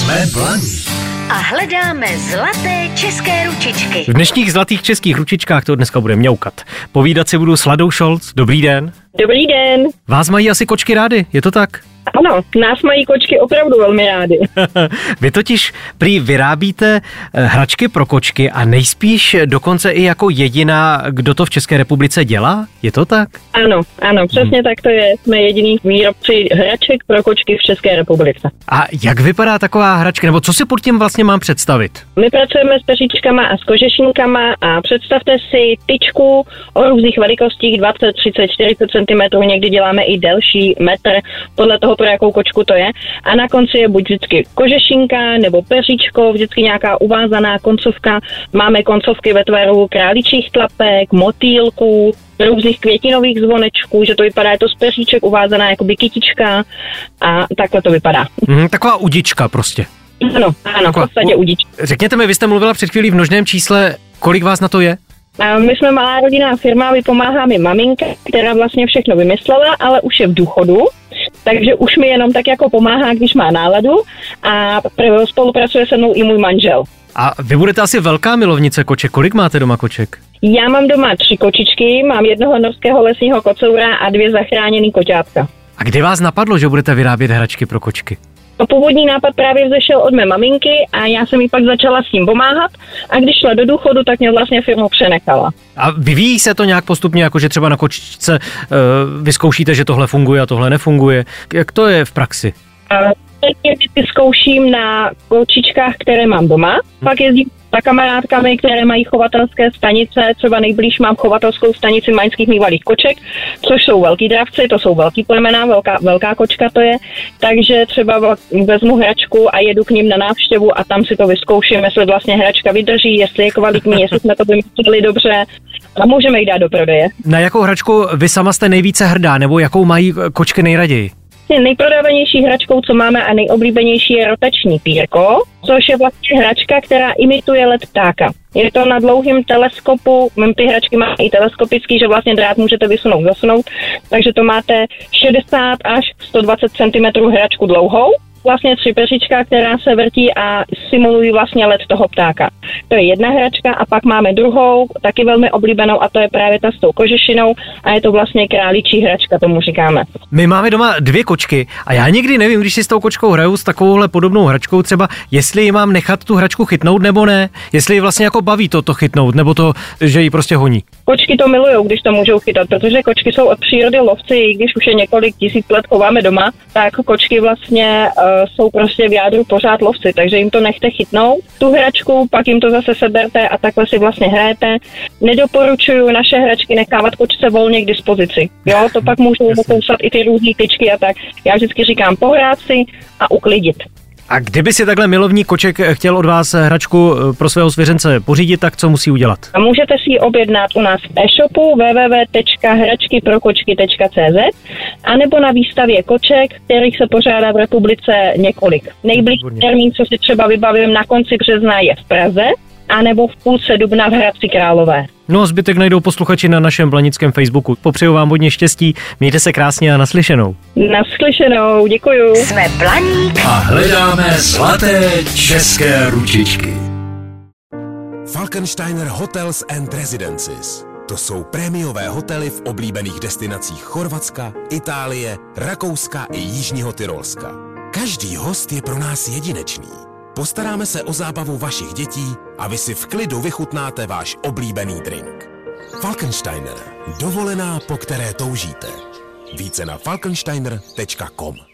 Jsme blaní. A hledáme zlaté české ručičky. V dnešních zlatých českých ručičkách to dneska bude mňaukat. Povídat si budu s Ladou Šolc. Dobrý den. Dobrý den. Vás mají asi kočky rády, je to tak? Ano, nás mají kočky opravdu velmi rády. Vy totiž prý vyrábíte hračky pro kočky a nejspíš dokonce i jako jediná, kdo to v České republice dělá? Je to tak? Ano, přesně tak to je. Jsme jediný výrobci hraček pro kočky v České republice. A jak vypadá taková hračka, nebo co si pod tím vlastně mám představit? My pracujeme s peříčkama a s kožešinkama a představte si tyčku o různých velikostích 20, 30, 40 cm, někdy děláme i delší metr, podle toho, pro jakou kočku to je. A na konci je buď vždycky kožešinka nebo peříčko, vždycky nějaká uvázaná koncovka. Máme koncovky ve tvaru králičích tlapek, motýlků, různých květinových zvonečků, že to vypadá, je to z peříček uvázaná jakoby kytička a takhle to vypadá. Taková udička prostě. Ano, v podstatě udička. Řekněte mi, vy jste mluvila před chvílí v množném čísle, kolik vás na to je? My jsme malá rodinná firma, vypomáhá mi maminka, která vlastně všechno vymyslela, ale už je v důchodu, takže už mi jenom tak jako pomáhá, když má náladu a spolupracuje se mnou i můj manžel. A vy budete asi velká milovnice koček, kolik máte doma koček? Já mám doma 3 kočičky, mám jednoho norského lesního kocoura a 2 zachráněný koťátka. A kdy vás napadlo, že budete vyrábět hračky pro kočky? Původní nápad právě vzešel od mé maminky a já jsem jí pak začala s tím pomáhat a když šla do důchodu, tak mě vlastně firmu přenechala. A vyvíjí se to nějak postupně, jakože třeba na kočičce vyzkoušíte, že tohle funguje a tohle nefunguje? Jak to je v praxi? Vždycky zkouším na kočičkách, které mám doma, pak jezdím za kamarádkami, které mají chovatelské stanice, třeba nejblíž mám chovatelskou stanici maňských mývalých koček, což jsou velký dravci, to jsou velký plemena, velká kočka to je, takže třeba vezmu hračku a jedu k ním na návštěvu a tam si to vyzkouším, jestli vlastně hračka vydrží, jestli je kvalitní, jestli jsme to vymysleli dobře a můžeme ji dát do prodeje. Na jakou hračku vy sama jste nejvíce hrdá, nebo jakou mají kočky nejraději? Nejprodávanější hračkou, co máme a nejoblíbenější je rotační pírko, což je vlastně hračka, která imituje let ptáka. Je to na dlouhém teleskopu, ty hračky mají i teleskopický, že vlastně drát můžete vysunout, zasunout, takže to máte 60 až 120 cm hračku dlouhou, vlastně 3 peřička, která se vrtí a simulují vlastně let toho ptáka. To je jedna hračka a pak máme druhou, taky velmi oblíbenou a to je právě ta s tou kožešinou a je to vlastně králičí hračka, tomu říkáme. My máme doma 2 kočky a já nikdy nevím, když si s tou kočkou hraju s takovouhle podobnou hračkou třeba, jestli ji mám nechat tu hračku chytnout nebo ne, jestli ji vlastně jako baví to chytnout, nebo to, že ji prostě honí. Kočky to milujou, když to můžou chytat, protože kočky jsou od přírody lovci, i když už je několik tisíc let chováme doma, tak kočky vlastně jsou prostě v jádru pořád lovci, takže jim to nechte chytnout. Tu hračku, pak jim to zase seberte a takhle si vlastně hrajete. Nedoporučuju naše hračky nechávat kočce volně k dispozici. Jo, to pak můžou kousat i ty různý tyčky a tak. Já vždycky říkám pohrát si a uklidit. A kdyby si takhle milovník koček chtěl od vás hračku pro svého zvěřence pořídit, tak co musí udělat? A můžete si ji objednat u nás v e-shopu www.hračkyprokočky.cz anebo na výstavě koček, kterých se pořádá v republice několik. Nejbližší termín, co si třeba vybavím na konci března, je v Praze, anebo v půlce dubna v Hradci Králové. No a zbytek najdou posluchači na našem blanickém Facebooku. Popřeju vám hodně štěstí, mějte se krásně a naslyšenou. Naslyšenou, děkuju. Jsme Blaník a hledáme zlaté české ručičky. Falkensteiner Hotels and Residences. To jsou prémiové hotely v oblíbených destinacích Chorvatska, Itálie, Rakouska i Jižního Tyrolska. Každý host je pro nás jedinečný. Postaráme se o zábavu vašich dětí a vy si v klidu vychutnáte váš oblíbený drink. Falkensteiner. Dovolená, po které toužíte. Více na falkensteiner.com.